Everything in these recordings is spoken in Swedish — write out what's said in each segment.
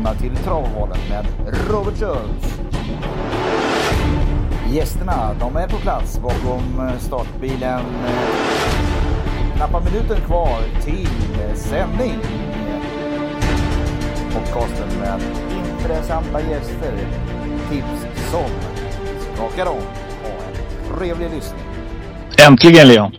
välkomna till Travvalen med Robert Schultz. Gästerna, de är på plats bakom startbilen. Knappa minuter kvar till sändning. Podcasten med intressanta gäster. Tips som skakar om. Och en trevlig lyssning. Äntligen, Leon.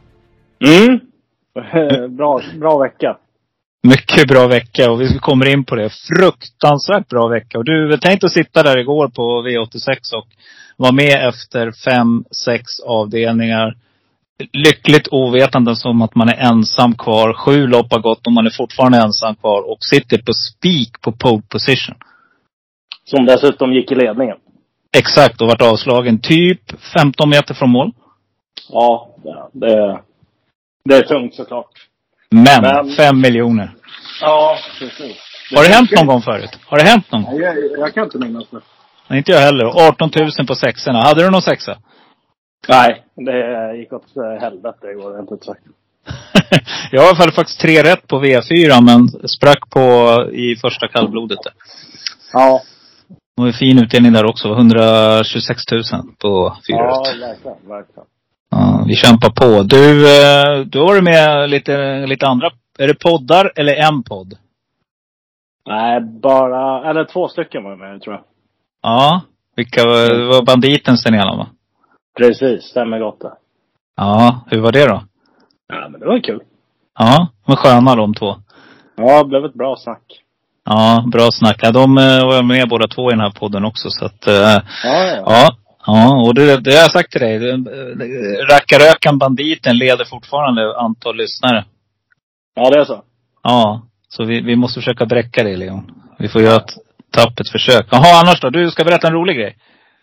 Bra vecka. Mycket bra vecka och vi kommer in på det. Fruktansvärt bra vecka. Och du tänkte att sitta där igår på V86 och vara med efter 5-6 avdelningar. Lyckligt ovetande som att man är ensam kvar. 7 lopp har gått och man är fortfarande ensam kvar. Och sitter på spik på pole position. Som dessutom gick i ledningen. Exakt, och varit avslagen typ 15 meter från mål. Ja, det är tungt såklart. Men 5 miljoner. Ja, precis. Har det hänt någon gång förut? Har det hänt någon gång? Jag kan inte minnas det. Nej, inte jag heller. 18 000 på sexorna. Hade du någon sexa? Nej, det gick åt helvete igår, inte sagt. Jag har i alla fall faktiskt 3 rätt på V4, men sprack på i första kallblodet. Ja. Och en fin utdelning där också. 126 000 på 4 rätt. Ja, verkligen. Ja, vi kämpar på. Du har du med lite andra. Är det poddar eller en podd? Nej, eller 2 stycken var jag med, tror jag. Ja, vilka var banditens den ena, va? Precis, stämmer gott det. Ja, hur var det då? Ja, men det var kul. Ja, de sköna de 2. Ja, det blev ett bra snack. Ja, bra snack. Ja, de var med båda 2 i den här podden också. Så att, ja, och det har jag sagt till dig. Rackarökan banditen leder fortfarande antal lyssnare. Ja, det är så. Ja, så vi måste försöka dräcka det, Leon. Vi får göra ett tappet försök. Jaha, annars då? Du ska berätta en rolig grej.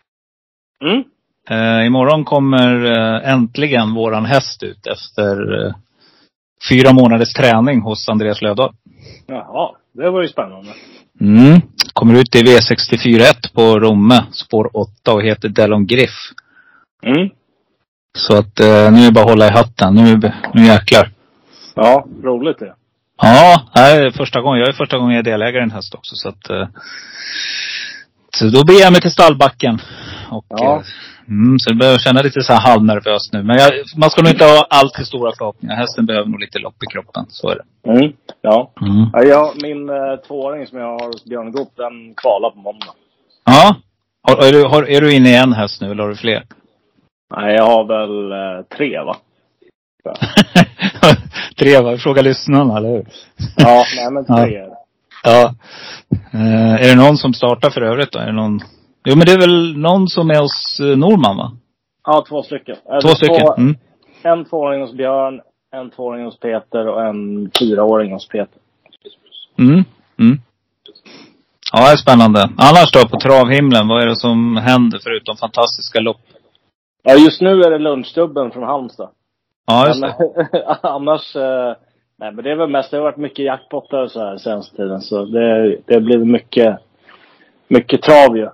Imorgon kommer äntligen våran häst ut efter 4 månaders träning hos Andreas Lövdahl. Jaha, det var ju spännande. Kommer ut i V64-1 på Romme, spår 8 och heter Delon Griff. Så att nu är det bara att hålla i hatten. Nu jäklar. Ja, roligt det. Ja, det är första gången. Jag är första gången jag är delägare i en häst också. Så att så då blir jag mig till stallbacken. Och så jag börjar känna lite så här halvnervös nu. Men man ska nog inte ha allt för stora förhoppningar. Hästen behöver nog lite lopp i kroppen. Så är det. Ja. Min 2-åring som jag har hos Björn Goop, den kvalar på måndag. Ja. Är du inne i en häst nu eller har du fler? Nej, jag har väl 3, va? 3, va? Fråga lyssnarna, eller hur? Ja, nej men 3. Ja. Är det någon som startar för övrigt då? Är det någon? Jo, men det är väl någon som är hos Norman, va? Ja, 2 stycken. 2 stycken? En 2-åring hos Björn, en 2-åring hos Peter och en 4-åring hos Peter. Ja, det är spännande. Annars då på travhimlen, vad är det som händer förutom fantastiska lopp? Ja, just nu är det lunchstubben från Halmstad. Ja, just det. Annars, nej men det är väl mest, det har varit mycket jackpottar så här senaste tiden. Så det blir mycket trav ju.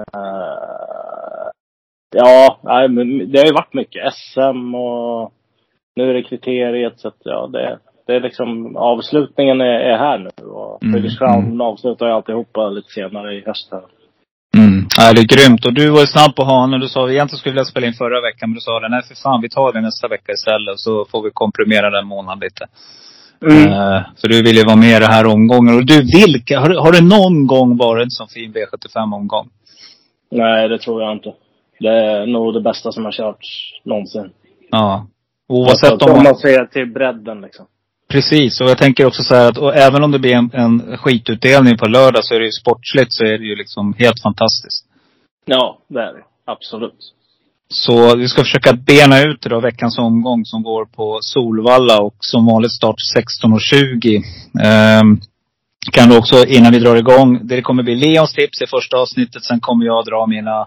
Ja, nej, men det har ju varit mycket SM och nu är det kriteriet. Så att, ja, det är liksom, avslutningen är här nu. Och British Crown avslutar ju alltihopa lite senare i höst här. Ja, det är grymt. Och du var ju snabb på hanen. Du sa, egentligen skulle vilja spela in förra veckan. Men du sa, nej för fan, vi tar det nästa vecka istället. Så får vi komprimera den månaden lite. För du vill ju vara med i det här omgången. Och du, har det någon gång varit en sån fin V75-omgång? Nej, det tror jag inte. Det är nog det bästa som har körts någonsin. Ja. Oavsett alltså, om man ser till bredden liksom. Precis, och jag tänker också så här att och även om det blir en skitutdelning på lördag så är det ju sportsligt, så är det ju liksom helt fantastiskt. Ja, det är det. Absolut. Så vi ska försöka bena ut det då, veckans omgång som går på Solvalla och som vanligt start 16:20. Kan du också innan vi drar igång, det kommer bli Leons tips i första avsnittet, sen kommer jag dra mina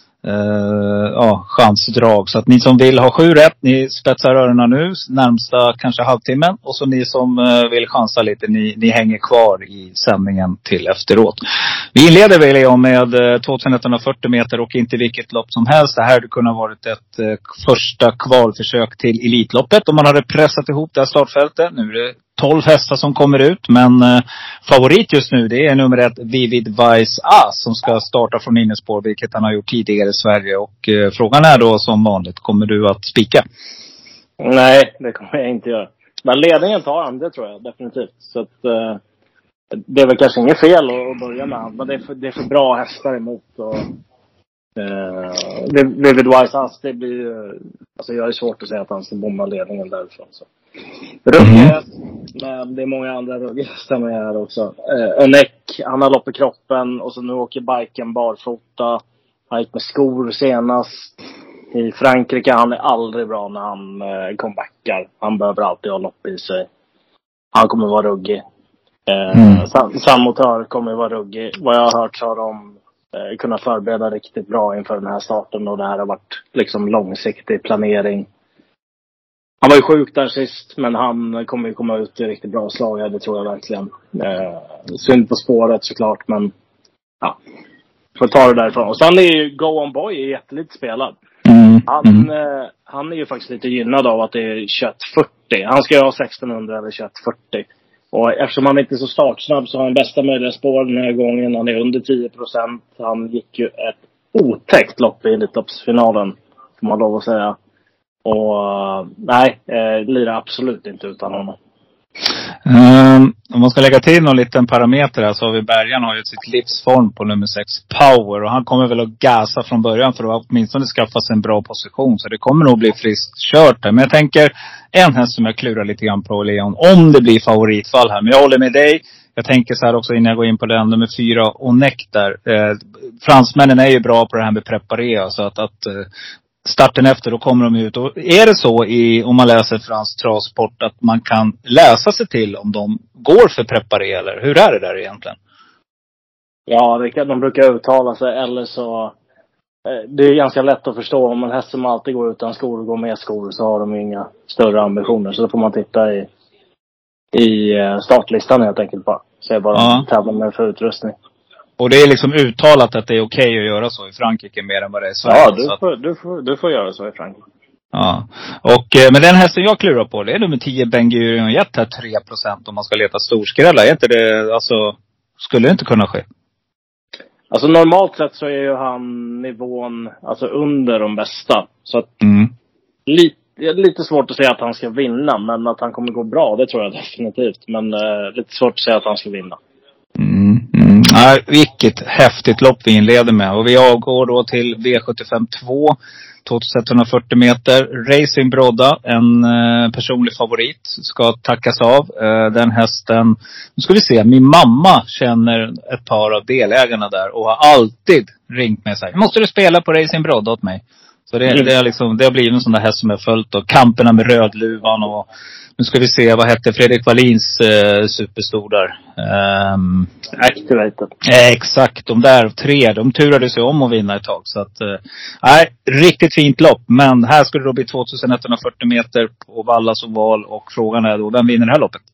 chansdrag. Så att ni som vill ha 7 rätt, ni spetsar öronen nu närmsta kanske halvtimmen. Och så ni som vill chansa lite, ni hänger kvar i sändningen till efteråt. Vi inleder väl med 2140 meter och inte vilket lopp som helst. Det här hade kunnat varit ett första kvalförsök till Elitloppet om man hade pressat ihop det här startfältet. Nu är det 12 hästar som kommer ut. Men favorit just nu, det är nummer 1 Vivid Vice A som ska starta från innerspår, vilket han har gjort tidigare i Sverige. Och frågan är då som vanligt, kommer du att spika? Nej, det kommer jag inte göra. Men ledningen tar han, det tror jag definitivt. Så att det är väl kanske inget fel att börja med han. Men det är för bra hästar emot. Och Vivid Wise Ass, det blir alltså jag är svårt att säga att han ska bomma ledningen därifrån. Så ruggig, men det är många andra ruggiga med här också. Önek, han har lopp i kroppen. Och så nu åker biken barfota. Han gick med skor senast i Frankrike. Han är aldrig bra när han comebackar. Han behöver alltid ha lopp i sig. Han kommer vara ruggig. Sammotör kommer vara ruggig. Vad jag har hört så har de kunnat förbereda riktigt bra inför den här starten. Och det här har varit liksom långsiktig planering. Han var ju sjuk där sist, men han kommer ju komma ut i riktigt bra slag. Det tror jag verkligen. Synd på spåret såklart, men ja, får ta det därifrån. Och sen är ju Go On Boy är jättelite spelad. Han är ju faktiskt lite gynnad av att det är 2140. Han ska ju ha 1600 eller 2140. Och eftersom han inte är så startsnabb så har han bästa möjliga spår den här gången. Han är under 10%. Han gick ju ett otäckt lopp i Elitloppsfinalen, får man lov att säga. Och nej, lirar absolut inte utan honom. Om man ska lägga till någon liten parameter här, så har vi Bergan har ju sitt livsform på nummer 6 Power. Och han kommer väl att gasa från början för att åtminstone skaffa sig en bra position. Så det kommer nog bli friskt kört där. Men jag tänker en häst som jag klurar lite grann på, Leon, om det blir favoritfall här. Men jag håller med dig. Jag tänker så här också innan jag går in på den, nummer 4 Onek där. Fransmännen är ju bra på det här med preparera, så att starten efter, då kommer de ut. Och är det så om man läser fransk travsport att man kan läsa sig till om de går för preparé, eller hur är det där egentligen? Ja, de brukar uttala sig, eller så det är ganska lätt att förstå. Om en häst som alltid går utan skor och går med skor, så har de inga större ambitioner. Så då får man titta i startlistan helt enkelt bara. Så jag bara tävlar med för utrustning. Och det är liksom uttalat att det är okej att göra så i Frankrike mer än vad det är i Sverige. Ja, du får göra så i Frankrike. Ja. Och men den hästen jag klurar på, det är nummer 10 Ben Gurion Jet här, 3% om man ska leta storskrällar. Är inte det, alltså, skulle det inte kunna ske? Alltså normalt sett så är ju han nivån alltså under de bästa. Så att lite svårt att säga att han ska vinna, men att han kommer gå bra, det tror jag definitivt. Men lite svårt att säga att han ska vinna. Ja, vilket häftigt lopp vi inleder med. Och vi avgår då till V75 2, 2140 meter. Racing Brodda, en personlig favorit, ska tackas av. Den hästen, nu ska vi se, min mamma känner ett par av delägarna där och har alltid ringt med sig: måste du spela på Racing Brodda åt mig? Så det har blivit en sån där häst som är följt, och kamperna med Rödluvan. Och nu ska vi se, vad hette Fredrik Wallins superstor där? Activated. Exakt, de där 3, de turade sig om att vinna ett tag. Så att, riktigt fint lopp. Men här skulle det då bli 2140 meter på Vallas oval. Och frågan är då, vem vinner det här loppet?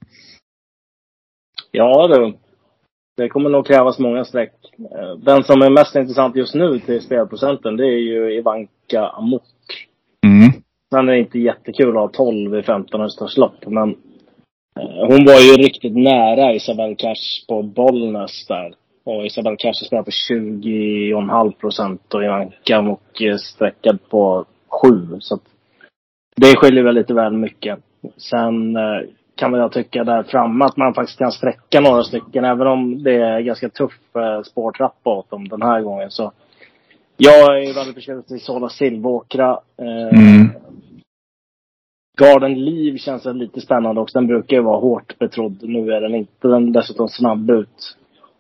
Ja då, det kommer nog krävas många streck. Den som är mest intressant just nu till spelprocenten, det är ju Ivanka Amok. Sen är det inte jättekul att ha 12 i 15 lopp, men hon var ju riktigt nära Isabelle Cash på Bollnäs där. Och Isabelle Cash spelar på 20,5% och Ivanka Amok sträckad på 7. Så att det skiljer väl lite väl mycket. Sen kan jag tycka där framme att man faktiskt kan sträcka några stycken, även om det är ganska tuff spårtrappa åt dem den här gången. Så jag är väldigt förtjust i Sola Silvåkra. Garden Liv känns lite spännande också. Den brukar ju vara hårt betrodd. Nu är den inte. Den dessutom snabb ut.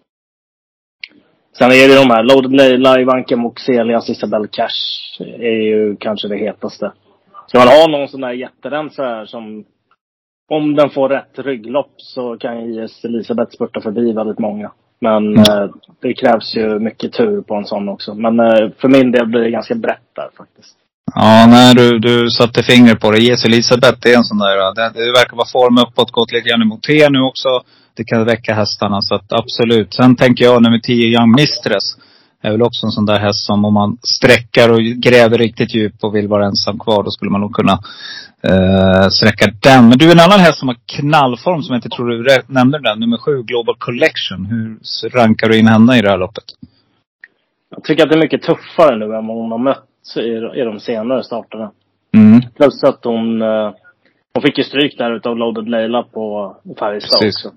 Sen är det de här Loaded Leila, Ivanka Moxelias, Isabelle Cash är ju kanske det hetaste. Så man har någon sån där jätterensare här som, om den får rätt rygglopp, så kan IS Elisabeth spurta förbi väldigt många. Men det krävs ju mycket tur på en sån också. Men för min del blir det ganska brett där faktiskt. Ja, nej, du satte finger på det. IS Elisabeth är en sån där, det verkar vara form uppåt, gått lite grann emot T nu också. Det kan väcka hästarna, så att absolut. Sen tänker jag nummer 10 Young Mistress. är väl också en sån där häst som om man sträckar och gräver riktigt djupt och vill vara ensam kvar, då skulle man nog kunna sträcka den. Men du, en annan häst som har knallform som jag inte tror du nämnde den, nummer 7 Global Collection. Hur rankar du in henne i det här loppet? Jag tycker att det är mycket tuffare nu än vad hon har mött i de senare starterna. Plus att hon fick ju stryk där utav Loaded Leila på Färjestad också.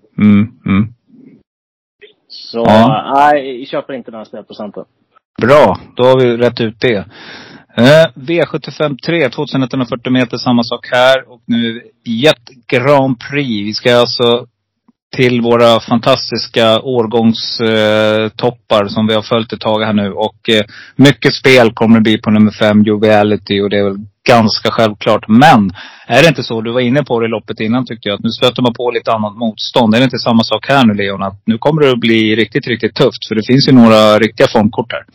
Så nej, jag köper inte den här spelprocenten. Bra, då har vi rätt ut det. V75 3, 2140 meter, samma sak här. Och nu Jet Grand Prix. Vi ska alltså till våra fantastiska årgångstoppar som vi har följt ett tag här nu. Och mycket spel kommer det bli på nummer 5 Joviality, och det är väl ganska självklart. Men är det inte så, du var inne på det i loppet innan tyckte jag, att nu stöter man på lite annat motstånd. Är det inte samma sak här nu, Leon? Att nu kommer det att bli riktigt, riktigt tufft, för det finns ju några riktiga formkort här.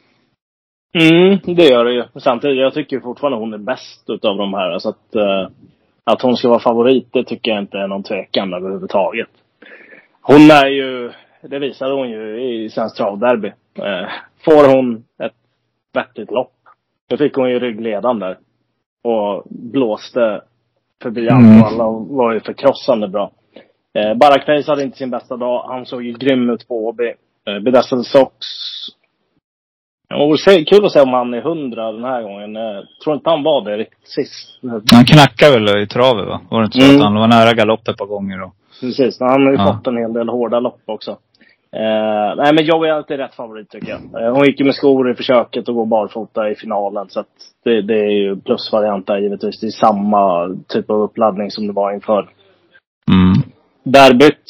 Det gör det ju. Samtidigt, jag tycker fortfarande hon är bäst utav de här. Så att hon ska vara favorit, det tycker jag inte är någon tvekan överhuvudtaget. Hon är ju, det visade hon ju i Svensk Travderby. Får hon ett vettigt lopp, då fick hon ju ryggledan där. Och blåste förbi allt, och alla var ju förkrossande bra. Barak Pace hade inte sin bästa dag. Han såg ju grym ut på Åby. Bedazzled Sox. Och kul att se om han är 100 den här gången. Jag tror inte han var det riktigt sist. Han knackade väl i travet, va? Var det inte så att han var nära galopp ett par gånger då? Precis, han har ju fått en hel del hårda lopp också. Nej, men jag är alltid rätt favorit tycker jag. Hon gick ju med skor i försöket och gå barfota i finalen. Så att det är ju plusvariant där givetvis. Det är samma typ av uppladdning som det var inför derbyt.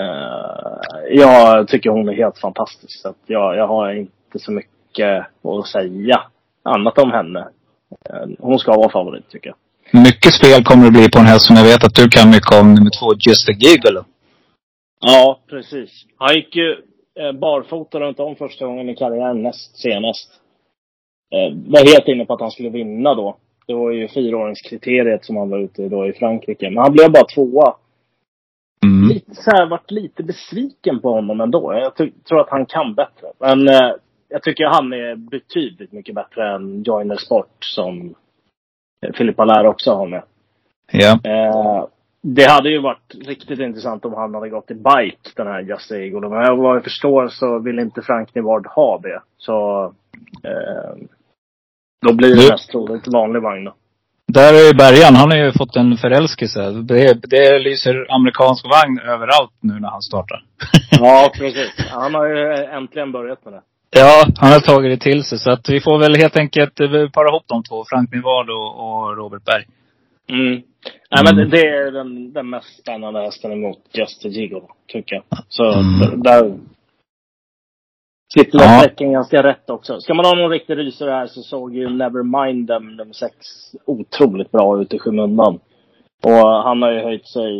Jag tycker hon är helt fantastisk. Så att jag har inte så mycket att säga annat om henne. Hon ska vara favorit tycker jag. Mycket spel kommer det bli på en häst som jag vet att du kan mycket om, nummer 2 Just a Giggle. Ja, precis. Han gick ju barfota runt om första gången i karriären näst senast. Var helt inne på att han skulle vinna då. Det var ju 4-åringskriteriet som han var ute i då i Frankrike. Men han blev bara 2:a. Varit lite besviken på honom ändå. Jag tror att han kan bättre. Men jag tycker han är betydligt mycket bättre än Joiner Sport som Philippe Allaire också har med. Ja. Det hade ju varit riktigt intressant om han hade gått i bike, den här Just Eagle. Men vad jag förstår så vill inte Frank Nivard ha det. Så då blir det mest troligt vanlig vagn då. Där är ju Bergan, han har ju fått en förälskelse. Det lyser amerikansk vagn överallt nu när han startar. Ja, precis. Han har ju äntligen börjat med det. Ja, han har tagit det till sig. Så att vi får väl helt enkelt para ihop de två, Frank Nivard och Robert Berg. Nej, men det är den mest spännande hästen emot Just a Giggle, tycker jag. Så där sitter sträcken ganska rätt också. Ska man ha någon riktig rysare här så såg ju Nevermind Them nummer 6 otroligt bra ut i skymundan. Och han har ju höjt sig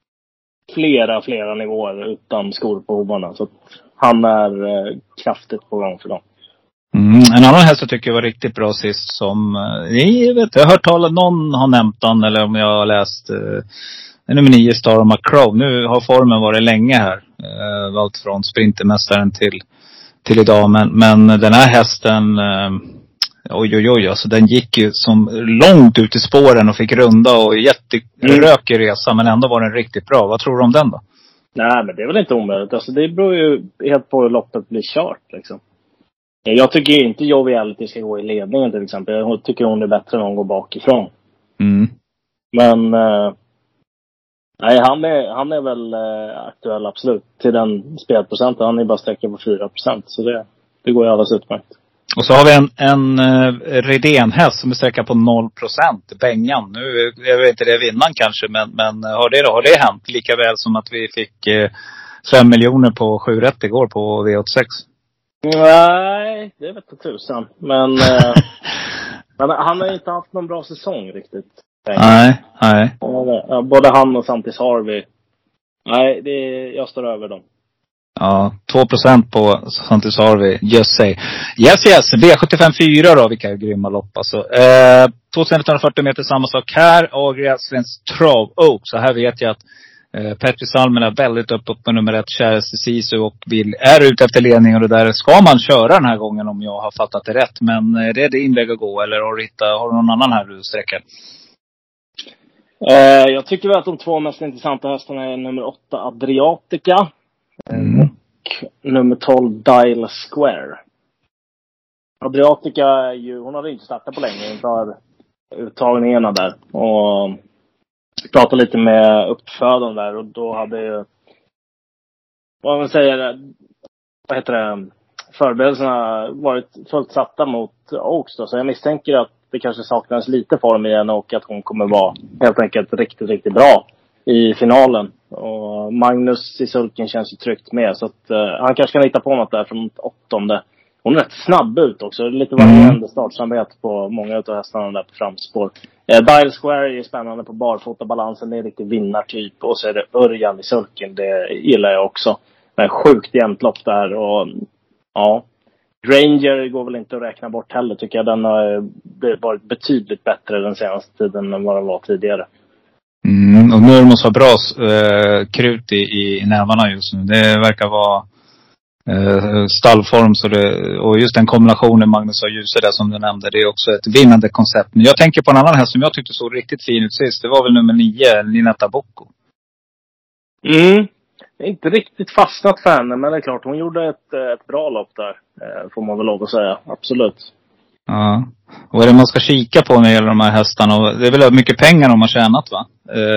flera nivåer utan skor på hovarna. Så att han är kraftigt på gång för dem. En annan häst jag tycker var riktigt bra sist som, jag har hört talas, någon har nämnt den, eller om jag har läst nummer 9 Star of McCrow. Nu har formen varit länge här, allt från sprintermästaren till idag, men den här hästen oj, alltså den gick ju som långt ut i spåren och fick runda och jätterökig resa, men ändå var den riktigt bra. Vad tror du om den då? Nej, men det är väl inte omöjligt. Alltså det beror ju helt på hur loppet blir kört liksom. Jag tycker inte Joviality ska gå i ledningen till exempel. Jag tycker hon är bättre när hon går bakifrån. Men nej, han är väl aktuell absolut till den spelprocenten. Han är bara sträckad på 4%. Så det går ju alldeles utmärkt. Och så har vi en Redén-häst som är sträckad på 0%. Bengan. Nu är inte det vinnaren kanske. Men har det hänt? Lika väl som att vi fick 5 miljoner på 7 rätt igår på V86. Nej, det vet jag tusan. Men han har inte haft någon bra säsong riktigt. Nej. Både han och Santis Harvey. Nej, jag står över dem. Ja, 2% på Santis Harvey. Just say. Yes. V75 4 då, vilka är grymma lopp alltså. 2140 meter, samma sak här. Agria Svensk Trav Oak. Så här vet jag att Petri Salmela är väldigt uppåt på nummer 1, Käraste Sisu, och är ute efter ledning, och det där ska man köra den här gången om jag har fattat det rätt. Men det är det inlägg att gå, eller har du någon annan här du sträcker? Jag tycker väl att de 2 mest intressanta hästarna är nummer 8 Adriatica och nummer 12 Dial Square. Adriatica är ju, hon hade inte startat på länge inför uttagningarna där, och pratade lite med uppfödaren där, och då hade ju, vad man säger, förberedelserna varit fullt satta mot Oaks då, så jag misstänker att det kanske saknas lite form i henne, och att hon kommer vara helt enkelt riktigt, riktigt bra i finalen. Och Magnus i sulken känns ju tryggt med, så att han kanske kan hitta på något där från 8:e. Hon är rätt snabb ut också. Det är lite varierande startsamhet på många av hästarna där på framspår. Dial Square är spännande på barfota. Balansen är riktigt vinnartyp. Och så är det Örjan i sulken. Det gillar jag också. Det är sjukt jämnt lopp där. Och ja, Granger går väl inte att räkna bort heller, tycker jag. Den har varit betydligt bättre den senaste tiden än vad den var tidigare. Och nu måste vara bra krut i nervarna just nu. Det verkar vara stallform, så och just den kombinationen Magnus och Ljuse där som du nämnde, det är också ett vinnande koncept. Men jag tänker på en annan häst som jag tyckte såg riktigt fin ut sist. Det var väl nummer 9, Ninetta Bocco. Det är inte riktigt fastnat för henne, men det är klart hon gjorde ett bra lopp där, får man väl lov att säga, absolut. Ja, och är det man ska kika på när det gäller de här hästarna? Det är väl mycket pengar de har tjänat, va?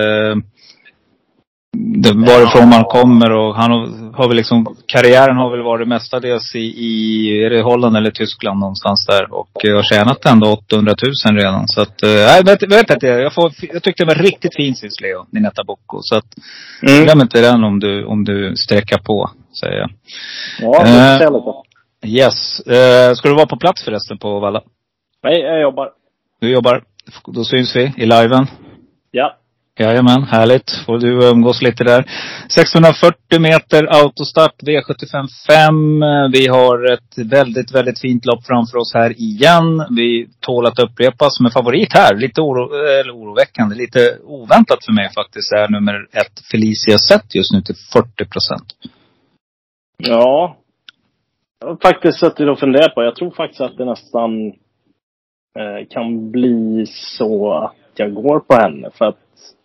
Varifrån man kommer, och han har väl liksom, karriären har väl varit mestadels i är det Holland eller Tyskland någonstans där, och har tjänat ändå 800 000 redan, så att jag vet inte, jag tyckte det var riktigt fint sist, Leo, Ninetta Bocco, så att glöm inte den om du sträcker på, säger jag. Ja, det ser lite. Yes. Ska du vara på plats förresten på Valla? Nej, jag jobbar. Du jobbar? Då syns vi i liven. Ja. Jajamän, härligt. Får du umgås lite där. 640 meter autostart, V75-5. Vi har ett väldigt, väldigt fint lopp framför oss här igen. Vi tål att upprepas med favorit här. Lite oroväckande, lite oväntat för mig faktiskt, är nummer 1 Felicia Sett just nu till 40%. Ja. Jag har faktiskt suttit och funderat på. Jag tror faktiskt att det nästan kan bli så att jag går på henne, för att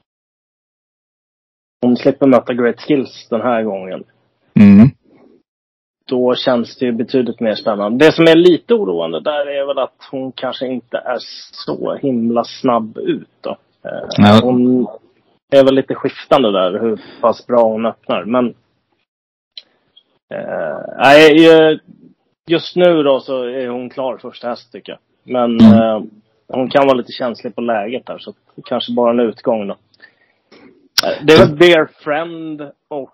hon slipper möta Great Skills den här gången. Då känns det ju betydligt mer spännande. Det som är lite oroande där är väl att hon kanske inte är så himla snabb ut då. Hon är väl lite skiftande där, hur pass bra hon öppnar. Men just nu då så är hon klar första häst, tycker jag. Men hon kan vara lite känslig på läget där, så kanske bara en utgång då. Det är väl Bear Friend och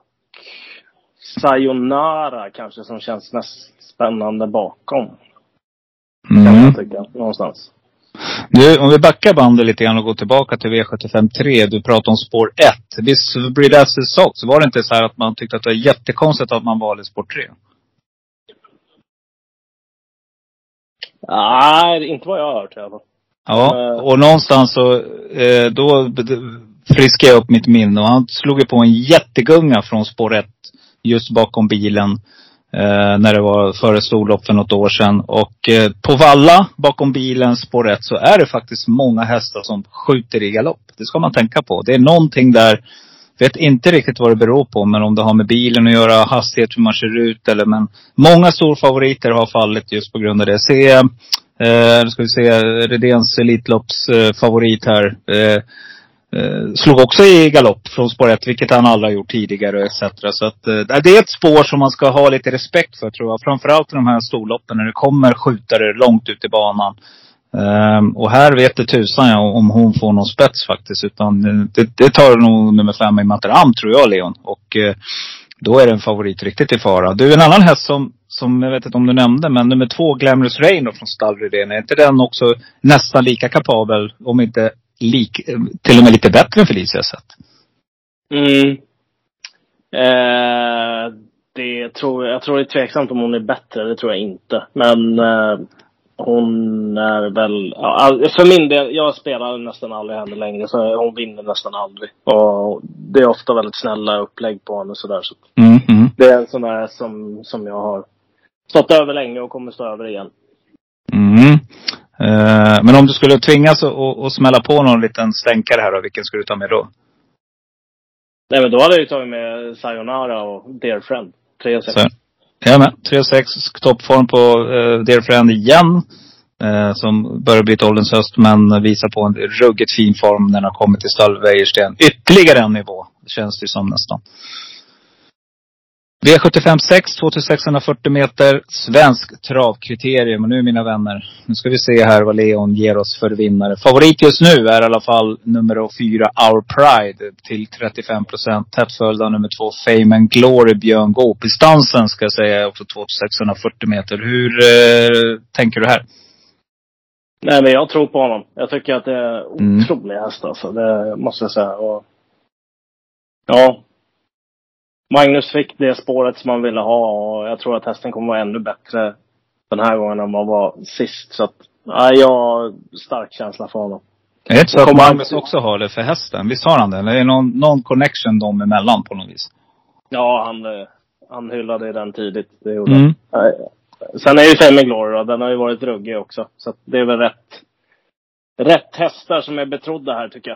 Sayonara kanske som känns mest spännande bakom. Kan jag tycka, någonstans. Nu, om vi backar bandet lite grann och går tillbaka till V75-3. Du pratar om spår 1. Visst blir det så var det inte så här att man tyckte att det var jättekonstigt att man valde spår 3? Nej, inte vad jag har hört i alla fall. Ja, och någonstans så då friskade jag upp mitt minne, och han slog ju på en jättegunga från spår 1 just bakom bilen när det var före storlopp för något år sedan. Och på Valla bakom bilen spår 1 så är det faktiskt många hästar som skjuter i galopp. Det ska man tänka på. Det är någonting där, vet inte riktigt vad det beror på, men om det har med bilen att göra, hastighet, hur man ser ut, eller, men många storfavoriter har fallit just på grund av det. Nu ska vi se, Redéns Elitlopps favorit här slog också i galopp från spår 1, vilket han aldrig har gjort tidigare etc. Så att det är ett spår som man ska ha lite respekt för, tror jag. Framförallt i de här storloppen när det kommer skjutare långt ut i banan. Och här vet det tusan om hon får någon spets faktiskt, utan det tar nog nummer 5 i Mataram, tror jag, Leon. Och då är det en favorit riktigt i fara. Du, en annan häst som jag vet inte om du nämnde, men nummer 2 Glamorous Rain från Stallrydén, är inte den också nästan lika kapabel, om inte till och med lite bättre än Felicia Sett? Jag tror det är tveksamt om hon är bättre, det tror jag inte. Men Hon är väl, för min del, jag spelar nästan aldrig henne längre, så hon vinner nästan aldrig. Och det är ofta väldigt snälla upplägg på henne och sådär. Så det är en sån där som jag har stått över länge och kommer stå över igen. Men om du skulle tvingas att smälla på någon liten stänkare här då, vilken skulle du ta med då? Nej, men då hade jag ju tagit med Sayonara och Dear Friend. 3-6. Ja, men 3-6, toppform på Dear Friend igen. Som börjar bli ett ålderns höst, men visar på en ruggigt fin form när den har kommit till stall Wäjersten. Ytterligare en nivå, det känns det som nästan. V75 6, 2640 meter, svensk travkriterium. Och nu mina vänner, nu ska vi se här vad Leon ger oss för vinnare. Favorit just nu är i alla fall nummer 4 Our Pride till 35%. Tätt följd av nummer 2 Fame and Glory Björn Goop. Distansen ska jag säga också 2640 meter. Hur tänker du här? Nej, men jag tror på honom. Jag tycker att det är otrolig häst alltså. Det måste jag säga. Och ja, Magnus fick det spåret som man ville ha. Och jag tror att hästen kommer vara ännu bättre den här gången än man var sist. Så att, jag har stark känsla för honom. Är det inte så att Magnus också har det för hästen? Visst har han det? Eller är det någon connection dem emellan på något vis? Ja, han hyllade den tidigt. Det gjorde han. Sen är ju Fame Glory då. Den har ju varit ruggig också. Så att det är väl rätt hästar som är betrodda här, tycker jag.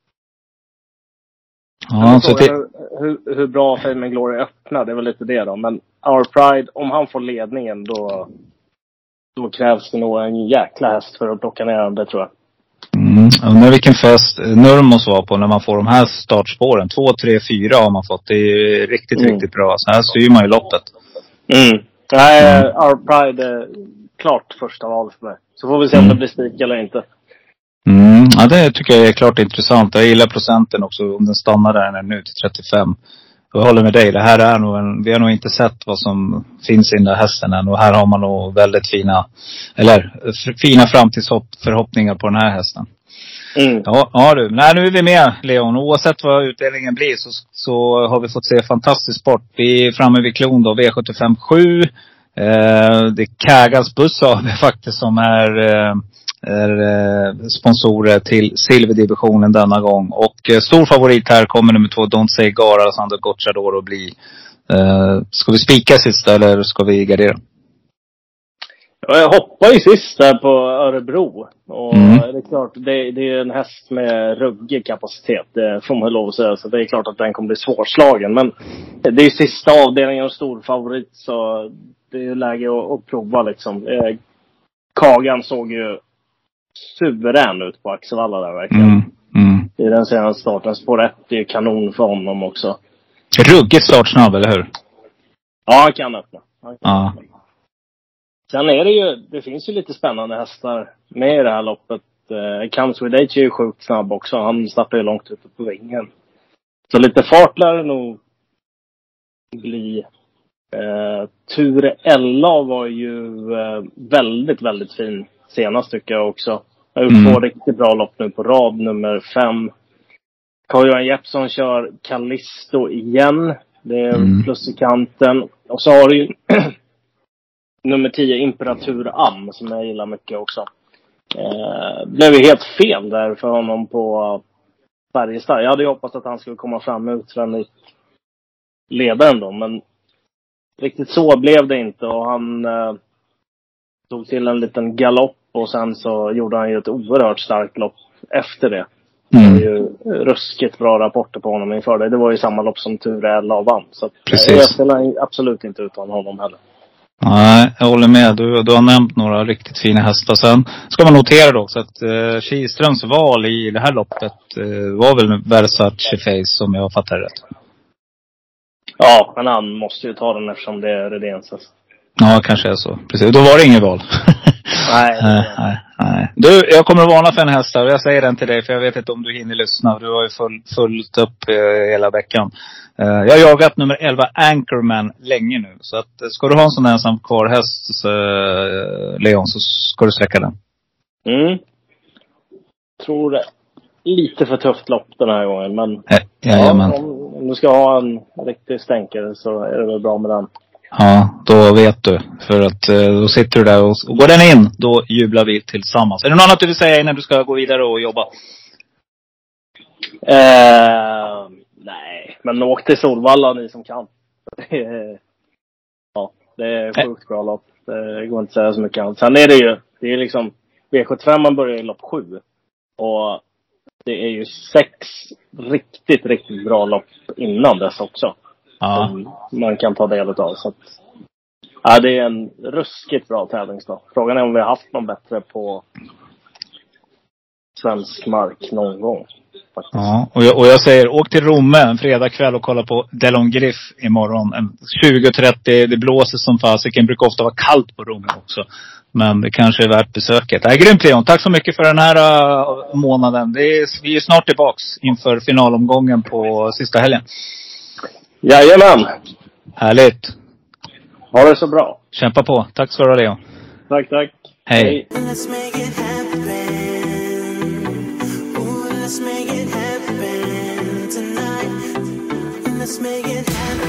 Ja, så hur bra Fame Glory öppnar, det är väl lite det då. Men Our Pride, om han får ledningen, då krävs det nog en jäkla häst för att plocka ner den, det tror jag. Undrar vilken fest Nurmos var på när man får de här startspåren. 2, 3, 4 har man fått. Det är riktigt bra. Så här styr man ju loppet. Nej, Our Pride är klart första val för mig. Så får vi se om det blir spik eller inte. Ja, det tycker jag är klart intressant. Jag gillar procenten också, om den stannar där nu till 35. Jag håller med dig. Det här är nog vi har nog inte sett vad som finns i den där hästen än. Och här har man nog väldigt fina framtidsförhoppningar på den här hästen. Ja du. Nej, nu är vi med, Leon. Oavsett vad utdelningen blir så har vi fått se fantastisk sport. Vi är framme vid klon då, V75 7. Det är Kagas buss av det faktiskt som är sponsorer till silverdivisionen denna gång. Och stor favorit här kommer nummer 2 Don't Say Gara Sandro Gocciador att bli. Ska vi spika sista eller ska vi gardera? Jag hoppar ju sist där på Örebro. Och det är klart, det är en häst med ruggig kapacitet. Det får man lov att säga. Så det är klart att den kommer bli svårslagen. Men det är ju sista avdelningen och stor favorit. Så det är ju läge att prova liksom. Kagan såg ju suverän ut på Axevalla där verkligen. I den senaste starten. Spår 1 är ju kanon för honom också. Ruggigt startsnabb, eller hur? Ja, han kan öppna. Sen är det finns ju lite spännande hästar med i det här loppet. Comes With Age är ju sjukt snabb också. Han startar ju långt ute på vingen. Så lite fart lär det nog bli. Ture Ella var ju väldigt, väldigt fin senast tycker jag också. Jag har gjort 2 riktigt bra lopp nu på rad. Nummer 5. Carl-Johan Jeppsson kör Callisto igen. Det är plus i kanten. Och så har du ju nummer 10 Imperatur Am som jag gillar mycket också. Blev ju helt fel där för honom på Färjestad. Jag hade ju hoppats att han skulle komma fram utvändigt ledaren då. Men riktigt så blev det inte. Och han tog till en liten galopp. Och sen så gjorde han ju ett oerhört starkt lopp efter det. Det var ju ruskigt bra rapporter på honom inför det. Det var ju samma lopp som Ture Ella vann. Så jag spelar absolut inte utan honom heller. Nej, jag håller med. Du har nämnt några riktigt fina hästar. Sen ska man notera då också att Kiströms val i det här loppet var väl Versace Face som jag fattar rätt. Ja, men han måste ju ta den eftersom det är Redéns. Ja, kanske är så. Precis. Då var det ingen val. Nej. Du, jag kommer att varna för en häst här. Jag säger den till dig för jag vet inte om du hinner lyssna. Du har ju fullt upp hela veckan. Jag har jagat nummer 11 Anchorman länge nu. Så att ska du ha en sån här ensam kvar häst Leon, så ska du sträcka den. Tror det lite för tufft lopp den här gången. Men ja, om du ska ha en riktig stänkare så är det väl bra med den. Ja, Då vet du. För att då sitter du där och går den in, då jublar vi tillsammans. Är det något annat du vill säga innan du ska gå vidare och jobba? Nej, men åk till Solvalla ni som kan. Ja, det är sjukt bra lopp. Det går inte att säga så mycket annat. Sen är det är liksom V75 man börjar i lopp 7. Och det är ju 6 riktigt bra lopp innan dess också. Ja. Som man kan ta del av. Så att, ja, det är en ruskigt bra tävlingsdag. Frågan är om vi har haft någon bättre på svensk mark någon gång. Faktiskt. Ja, och jag säger, åk till Romme en fredagkväll och kolla på Delon Griff imorgon. 20:30, det blåser som fasiken. Det brukar ofta vara kallt på Romme också. Men det kanske är värt besöket. Det är grymt, Leon. Tack så mycket för den här månaden. Vi är snart tillbaks inför finalomgången på sista helgen. Jajamän. Härligt. Ha det så bra. Kämpa på. Tack ska du ha, Leon. Tack. Hej. Let's make it happen. Ooh, let's make it happen tonight. Let's make it happen.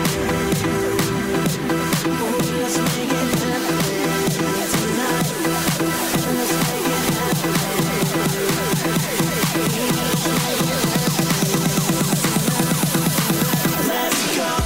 Ooh, let's make it happen tonight. Let's make it happen. Let's go.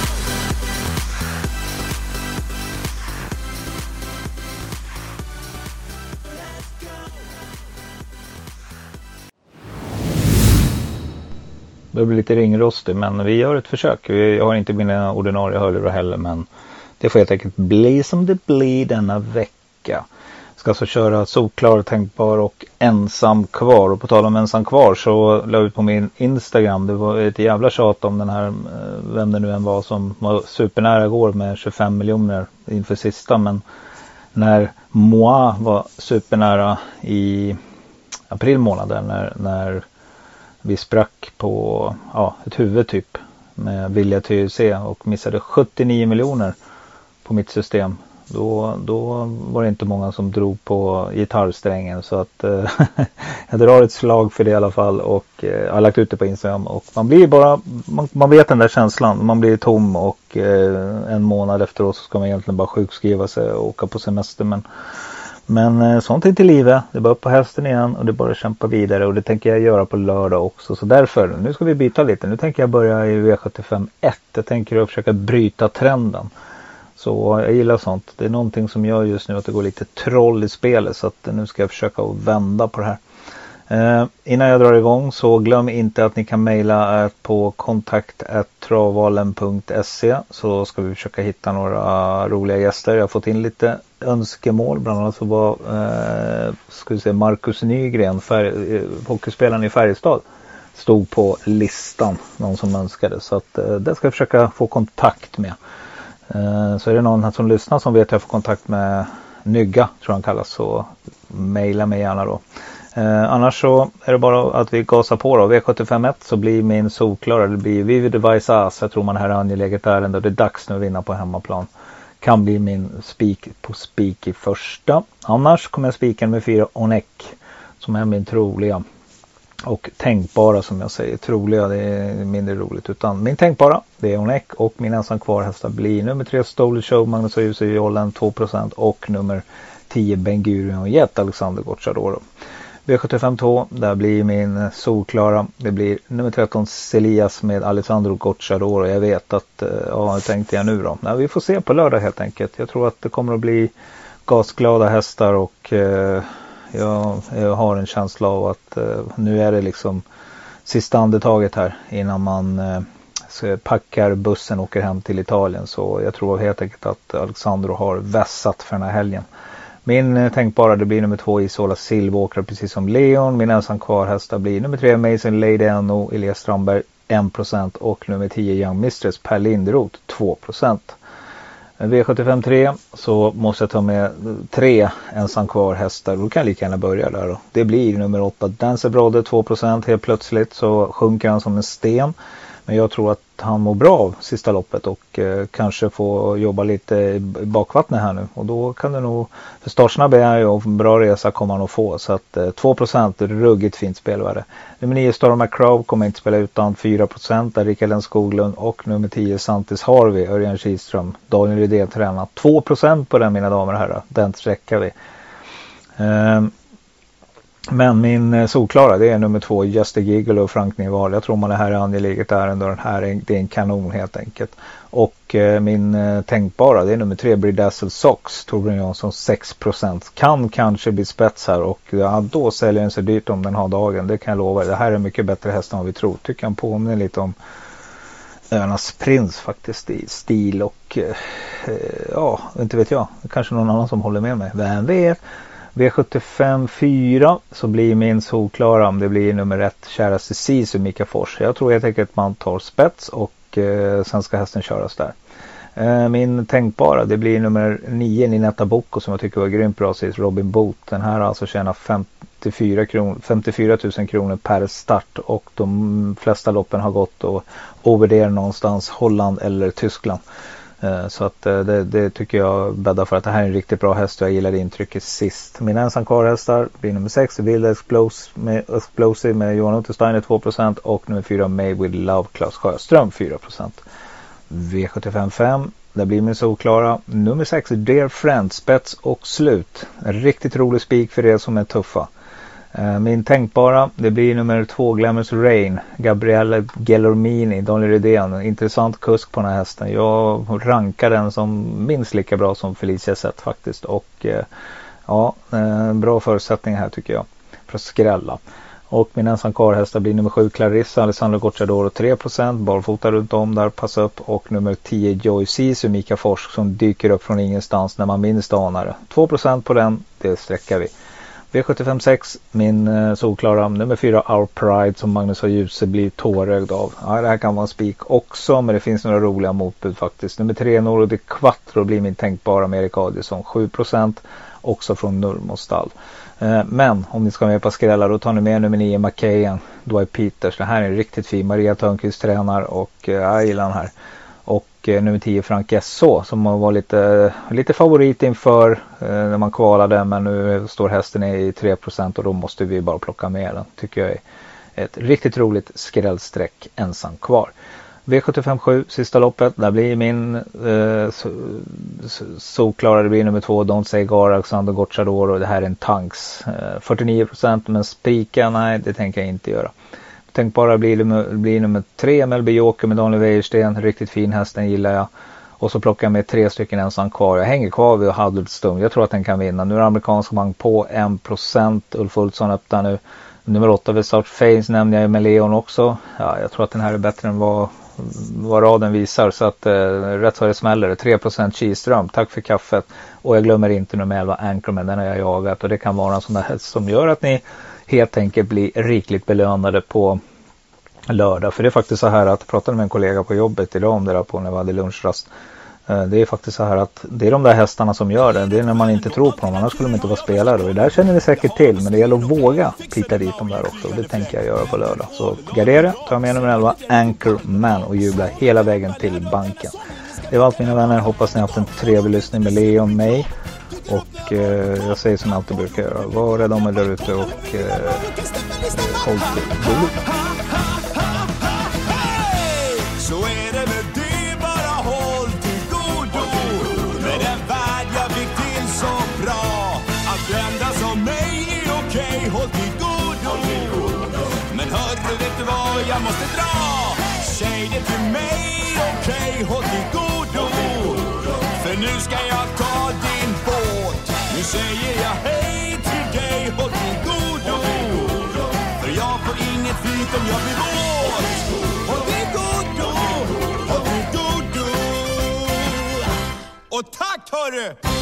Det blir lite ringrostig, men vi gör ett försök. Jag har inte mina ordinarie hörlurar heller, men det får helt enkelt bli som det blir denna vecka. Jag ska alltså köra solklar, tänkbar och ensam kvar. Och på tal om ensam kvar så la jag ut på min Instagram. Det var ett jävla tjat om den här, vem det nu än var som var supernära igår med 25 miljoner inför sista. Men när Moa var supernära i april månad när vi sprack på ett huvud typ med Vilja TUC och missade 79 miljoner på mitt system. Då var det inte många som drog på gitarrsträngen, så att jag drar ett slag för det i alla fall, och jag har lagt ut det på Instagram, och man blir bara man vet den där känslan, man blir tom, och en månad efteråt så ska man egentligen bara sjukskriva sig och åka på semester, men sånt är inte livet. Det är bara upp på hästen igen och det är bara att kämpa vidare, och det tänker jag göra på lördag också. Så därför, nu ska vi byta lite. Nu tänker jag börja i V75 1. Jag tänker försöka bryta trenden. Så jag gillar sånt. Det är någonting som gör just nu att det går lite troll i spelet, så att nu ska jag försöka att vända på det här. Innan jag drar igång så glöm inte att ni kan mejla på kontakt@travalen.se, så ska vi försöka hitta några roliga gäster. Jag har fått in lite önskemål, bland annat så var Marcus Nygren, hockeyspelaren i Färjestad, stod på listan, någon som önskade, så att det ska jag försöka få kontakt med. Så är det någon här som lyssnar som vet att jag får kontakt med Nygga, tror han kallas, så mejla mig gärna då. Annars så är det bara att vi gasar på då. V75-1 så blir min solklara. Det blir Vivid Device As. Jag tror man här är angeläget ärende och det är dags nu att vinna på hemmaplan. Kan bli min spik på spik i första. Annars kommer jag spiken med 4 Onek, som är min troliga. Och tänkbara, som jag säger. Troliga, det är mindre roligt. Utan min tänkbara, det är Onek. Och min ensam kvar hästar blir nummer 3 Stole Show, Magnus Ajus i Jollen 2%. Och nummer 10 Ben Gurion Jet, Alexander Gocciadoro. V75-2, där blir min solklara. Det blir nummer 13 Celias med Alessandro Gocciadoro. Jag vet att, hur tänkte jag nu då? Nej, vi får se på lördag helt enkelt. Jag tror att det kommer att bli gasglada hästar, och jag har en känsla av att nu är det liksom sista andetaget här innan man packar bussen och åker hem till Italien. Så jag tror helt enkelt att Alessandro har vässat för den här helgen. Min tänkbara, det blir nummer 2 Isola Silvåkra, precis som Leon. Min ensam kvar hästar blir nummer 3 Amazing Lady Anno, Elias Strandberg 1%, och nummer 10 Young Mistress Per Lindroth 2%. V75-3 så måste jag ta med 3 ensam kvar hästar. Då kan jag lika gärna börja där då. Det blir nummer 8 Dancer Brother 2%. Helt plötsligt så sjunker han som en sten. Men jag tror att han mår bra av sista loppet och kanske få jobba lite i bakvattnet här nu. Och då kan det nog, för startsnabb är han ju och bra resa kommer han att få. Så att 2% ruggigt fint spelvärde. Nummer 9 Star McCrow kommer inte spela utan 4% där Rickard N. Skoglund och nummer 10 Santis Harvey, Örjan Kihlström, Daniel Rydén tränar. 2% på den mina damer och herrar, den sträcker vi. Men min solklara det är nummer 2 Just a Giggle och Frank Nival. Jag tror man det här är angeläget ärende och den här det är en kanon helt enkelt. Och min tänkbara det är nummer 3 Bridazzle Sox, Torbjörn Jansson 6%. Kan kanske bli spets här och då säljer den sig dyrt om den har dagen. Det kan jag lova. Det här är mycket bättre häst än vad vi tror. Tycker han påminner lite om Öarnas prins faktiskt i stil och ja, inte vet jag. Kanske någon annan som håller med mig. Vem vet? V75 4 så blir min solklara om det blir nummer 1 käraste Sisu Mika Fors. Jag tror helt enkelt att man tar spets och sen ska hästen köras där. Min tänkbara det blir nummer 9 Ninetta Bocco som jag tycker var grymt bra sist, Robin Boot. Den här alltså tjänar 54 000 kronor per start och de flesta loppen har gått och over there någonstans Holland eller Tyskland. Så att det tycker jag bäddar för att det här är en riktigt bra häst och jag gillar intrycket sist. Mina ensam kvar-hästar blir nummer 6 Wild Explosive med Johan Untersteiner 2% och nummer 4 May with Love Claes Sjöström 4%. V75 5 där blir min solklara nummer 6 Dear Friend, spets och slut. En riktigt rolig spik för er som är tuffa. Min tänkbara det blir nummer 2 Glamorous Rain, Gabriele Gelormini, Daniel Rydén. Intressant kusk på den här hästen. Jag rankar den som minst lika bra som Felicia sett faktiskt. Och ja, bra förutsättning här tycker jag för att skrälla. Och min ensam karlhästar blir nummer 7 Clarissa, Alessandro Gocciadoro 3%, barfota runt om där, passa upp. Och nummer 10 Joy Sisu Mika Fors som dyker upp från ingenstans när man minst anar det. 2% på den, det sträcker vi. V75-6, min solklara nummer 4 Our Pride som Magnus och Djuse blir tårögd av. Ja, det här kan vara en spik också, men det finns några roliga motbud faktiskt. Nummer 3 Noro de Quattro blir min tänkbara med Erik Adielsson 7%, också från Nurmostall. Men om ni ska med på skrällar då tar ni med nummer 9 McKayen, Dwight Peters. Det här är en riktigt fin. Maria Törnqvist tränar och jag gillar den här. Och nummer 10 Frank S.O. som var lite favorit inför när man kvalade, men nu står hästen i 3% och då måste vi bara plocka med den. Tycker jag är ett riktigt roligt skrällsträck ensam kvar. V75-7 sista loppet, där blir min solklara, det blir nummer 2 Don't Say Gar, Alexander Gocciadoro. Det här är en tanks 49%, men spika, nej det tänker jag inte göra. Tänkbara blir nummer 3 Melby Joker med Daniel Wäjersten, riktigt fin hästen gillar jag. Och så plockar jag med 3 stycken ensam kvar. Jag hänger kvar vid Huddleston, jag tror att den kan vinna. Nu är amerikansk vagn på 1%, Ulf Olsson öppnar nu. Nummer 8 Vesart Face nämnde jag med Leon också. Ja, jag tror att den här är bättre än vad raden visar, så att rätt så det smäller. 3% Kihlström, tack för kaffet. Och jag glömmer inte nummer 11 Anchorman, den har jag jagat och det kan vara en sån där häst som gör att ni helt enkelt blir rikligt belönade på lördag. För det är faktiskt så här att jag pratade med en kollega på jobbet idag om det där på när vi hade lunchrast. Det är faktiskt så här att det är de där hästarna som gör det. Det är när man inte tror på dem, annars skulle de inte vara spelare. Och det där känner vi säkert till, men det gäller att våga pita dit dem där också. Och det tänker jag göra på lördag. Så gardera, ta med nummer 11 Anchorman och jubla hela vägen till banken. Det var allt mina vänner, hoppas ni har haft en trevlig lyssning med Leon och mig. Och jag säger som jag alltid brukar göra, var rädda om er där ute och håll till god. Så är det med det, bara håll till godo. Med den värld jag fick till så bra. Att vända som mig är okej, håll till godo. Men hörru, vet du vad jag måste dra? Säg det till mig, okej, håll till godo. För nu ska jag ta din båt. Nu säger jag hej till dig, håll till godo. För jag får inget flyt om jag blir våt. Håll till godo, håll till godo. Och tack hörru!